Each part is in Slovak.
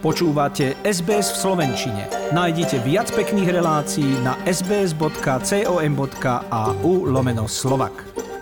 Počúvate SBS v slovenčine. Nájdite viac pekných relácií na sbs.com.au/Slovak.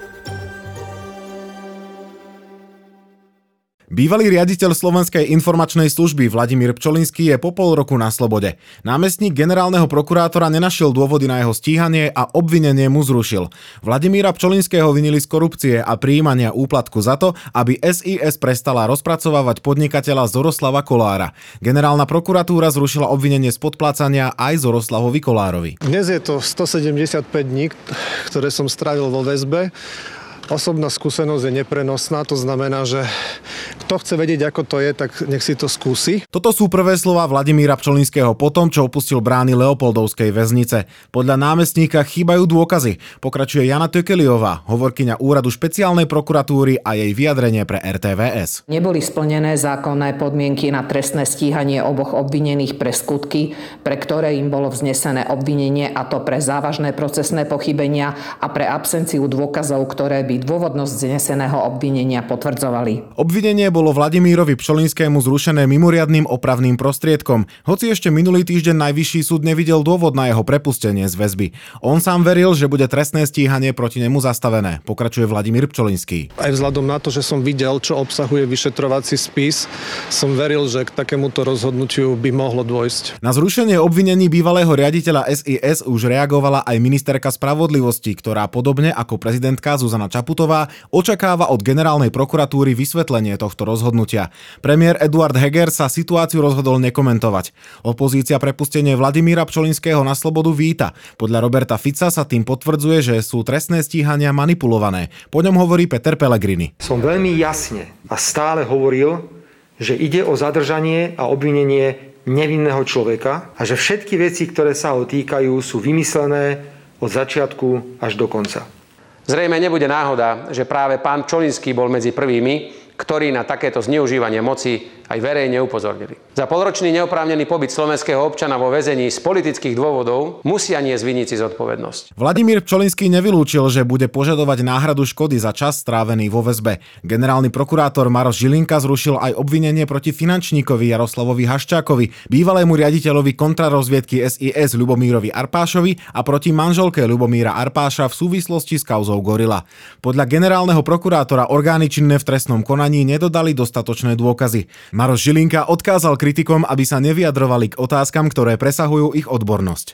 Bývalý riaditeľ Slovenskej informačnej služby Vladimír Pčolinský je po pol roku na slobode. Námestník generálneho prokurátora nenašiel dôvody na jeho stíhanie a obvinenie mu zrušil. Vladimíra Pčolinského vinili z korupcie a prijímania úplatku za to, aby SIS prestala rozpracovávať podnikateľa Zoroslava Kolára. Generálna prokuratúra zrušila obvinenie z podplácania aj Zoroslavovi Kolárovi. Dnes je to 175 dní, ktoré som strávil vo väzbe. Osobná skúsenosť je neprenosná, to znamená, že kto chce vedieť, ako to je, tak nech si to skúsi. Toto sú prvé slová Vladimíra Pčolinského po tom, čo opustil brány Leopoldovskej väznice. Podľa námestníka chýbajú dôkazy. Pokračuje Jana Tökeliová, hovorkyňa úradu špeciálnej prokuratúry a jej vyjadrenie pre RTVS. Neboli splnené zákonné podmienky na trestné stíhanie oboch obvinených pre skutky, pre ktoré im bolo vznesené obvinenie, a to pre závažné procesné pochybenia a pre absenciu dôkazov, ktoré by dôvodnosť vzneseného obvinenia potvrdzovali. Obvinenie bolo Vladimírovi Pčolinskému zrušené mimoriadnym opravným prostriedkom, hoci ešte minulý týždeň Najvyšší súd nevidel dôvod na jeho prepustenie z väzby. On sám veril, že bude trestné stíhanie proti nemu zastavené, pokračuje Vladimír Pčolinský. Aj vzhľadom na to, že som videl, čo obsahuje vyšetrovací spis, som veril, že k takémuto rozhodnutiu by mohlo dôjsť. Na zrušenie obvinení bývalého riaditeľa SIS už reagovala aj ministerka spravodlivosti, ktorá podobne ako prezidentka Zuzana Čaputová očakáva od generálnej prokuratúry vysvetlenie tohto rozhodnutia. Premiér Eduard Heger sa situáciu rozhodol nekomentovať. Opozícia prepustenie Vladimíra Pčolinského na slobodu víta. Podľa Roberta Fica sa tým potvrdzuje, že sú trestné stíhania manipulované. Po ňom hovorí Peter Pellegrini. Som veľmi jasne a stále hovoril, že ide o zadržanie a obvinenie nevinného človeka a že všetky veci, ktoré sa ho týkajú, sú vymyslené od začiatku až do konca. Zrejme nebude náhoda, že práve pán Pčolinský bol medzi prvými, ktorí na takéto zneužívanie moci aj verejne upozornili. Za polročný neoprávnený pobyt slovenského občana vo väzení z politických dôvodov musia niesť vinníci zodpovednosť. Vladimír Pčolinský nevylúčil, že bude požadovať náhradu škody za čas strávený vo väzbe. Generálny prokurátor Maroš Žilinka zrušil aj obvinenie proti finančníkovi Jaroslavovi Haščákovi, bývalému riaditeľovi kontrarozviedky SIS Ľubomírovi Arpášovi a proti manželke Ľubomíra Arpáša v súvislosti s kauzou Gorila. Podľa generálneho prokurátora orgány činné v trestnom konaní nedodali dostatočné dôkazy. Maroš Žilinka odkázal kritikom, aby sa nevyjadrovali k otázkam, ktoré presahujú ich odbornosť.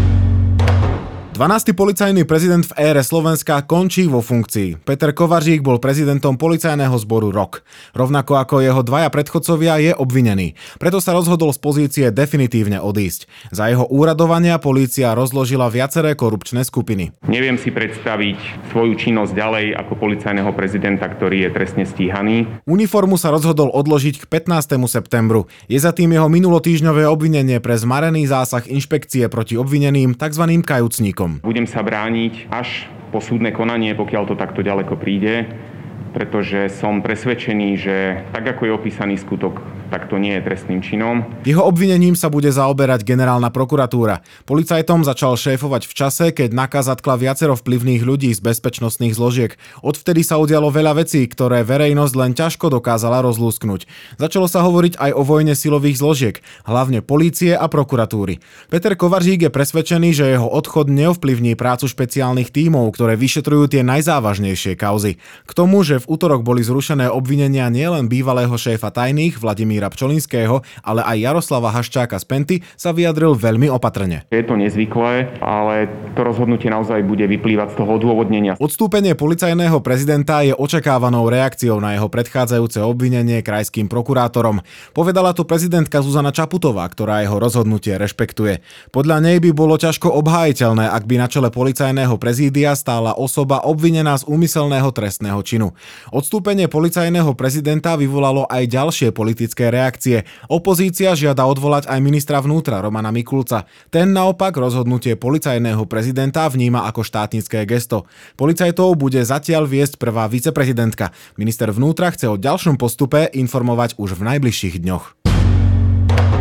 12. policajný prezident v ére Slovenska končí vo funkcii. Peter Kovařík bol prezidentom policajného zboru rok. Rovnako ako jeho dvaja predchodcovia je obvinený. Preto sa rozhodol z pozície definitívne odísť. Za jeho úradovania polícia rozložila viaceré korupčné skupiny. Neviem si predstaviť svoju činnosť ďalej ako policajného prezidenta, ktorý je trestne stíhaný. Uniformu sa rozhodol odložiť k 15. septembru. Je za tým jeho minulotýždňové obvinenie pre zmarený zásah inšpekcie proti obvineným, tzv. Kajúcníkom. Budem sa brániť až po súdne konanie, pokiaľ to takto ďaleko príde, pretože som presvedčený, že tak ako je opísaný skutok, tak to nie je trestným činom. Jeho obvinením sa bude zaoberať generálna prokuratúra. Policajtom začal šéfovať v čase, keď NAKA zatkla viacero vplyvných ľudí z bezpečnostných zložiek. Odvtedy sa udialo veľa vecí, ktoré verejnosť len ťažko dokázala rozlúsknuť. Začalo sa hovoriť aj o vojne silových zložiek, hlavne polície a prokuratúry. Peter Kovařík je presvedčený, že jeho odchod neovplyvní prácu špeciálnych tímov, ktoré vyšetrujú tie najzávažnejšie kauzy. K tomu, že v utorok boli zrušené obvinenia nielen bývalého šéfa tajných Vladimíra Pčolinského, ale aj Jaroslava Haščáka z Penty, sa vyjadril veľmi opatrne. Je to nezvyklé, ale to rozhodnutie naozaj bude vyplývať z toho odôvodnenia. Odstúpenie policajného prezidenta je očakávanou reakciou na jeho predchádzajúce obvinenie krajským prokurátorom. Povedala to prezidentka Zuzana Čaputová, ktorá jeho rozhodnutie rešpektuje. Podľa nej by bolo ťažko obhájiteľné, ak by na čele policajného prezídia stála osoba obvinená z úmyselného trestného činu. Odstúpenie policajného prezidenta vyvolalo aj ďalšie politické reakcie. Opozícia žiada odvolať aj ministra vnútra Romana Mikulca. Ten naopak rozhodnutie policajného prezidenta vníma ako štátnické gesto. Policajtov bude zatiaľ viesť prvá viceprezidentka. Minister vnútra chce o ďalšom postupe informovať už v najbližších dňoch.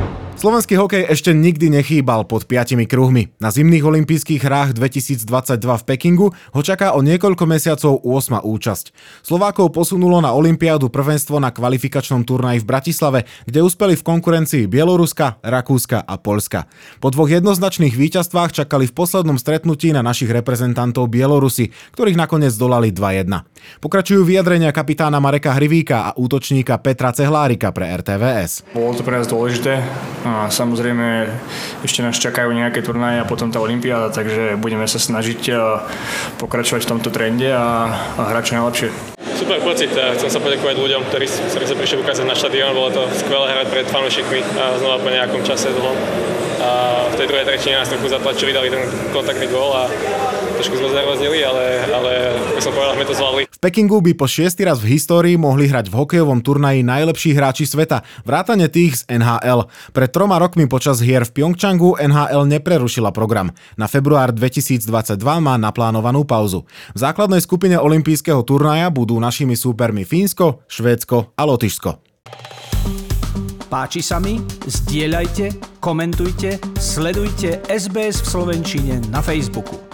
Slovenský hokej ešte nikdy nechýbal pod 5 kruhmi. Na zimných olympijských hrách 2022 v Pekingu ho čaká o niekoľko mesiacov 8. účasť. Slovákov posunulo na olympiádu prvenstvo na kvalifikačnom turnaji v Bratislave, kde uspeli v konkurencii Bieloruska, Rakúska a Poľska. Po 2 jednoznačných víťazstvách čakali v poslednom stretnutí na našich reprezentantov Bielorusi, ktorých nakoniec dolali 2-1. Pokračujú vyjadrenia kapitána Mareka Hrivíka a útočníka Petra Cehlárika pre RTVS. Bolo to pre nás dôležité. A samozrejme ešte nás čakajú nejaké turnaje a potom tá olympiáda, takže budeme sa snažiť pokračovať v tomto trende a hrať čo najlepšie. Super pocit, chcem sa poďakovať ľuďom, ktorí sa prišli ukázať na štadión, bolo to skvelé hrať pred fanúšikmi znova po nejakom čase dlhom. A v tej druhej tretine nás trochu zatlačili, dali ten kontaktný gól a trošku sme znervoznili, ale ako som povedal, sme to zvládli. V Pekingu by po 6. raz v histórii mohli hrať v hokejovom turnaji najlepší hráči sveta, vrátane tých z NHL. Pred 3 rokmi počas hier v Pjongčangu NHL neprerušila program. Na február 2022 má naplánovanú pauzu. V základnej skupine olympijského turnaja budú našimi súpermi Fínsko, Švédsko a Lotyšsko. Páči sa mi? Zdieľajte, komentujte, sledujte SBS v slovenčine na Facebooku.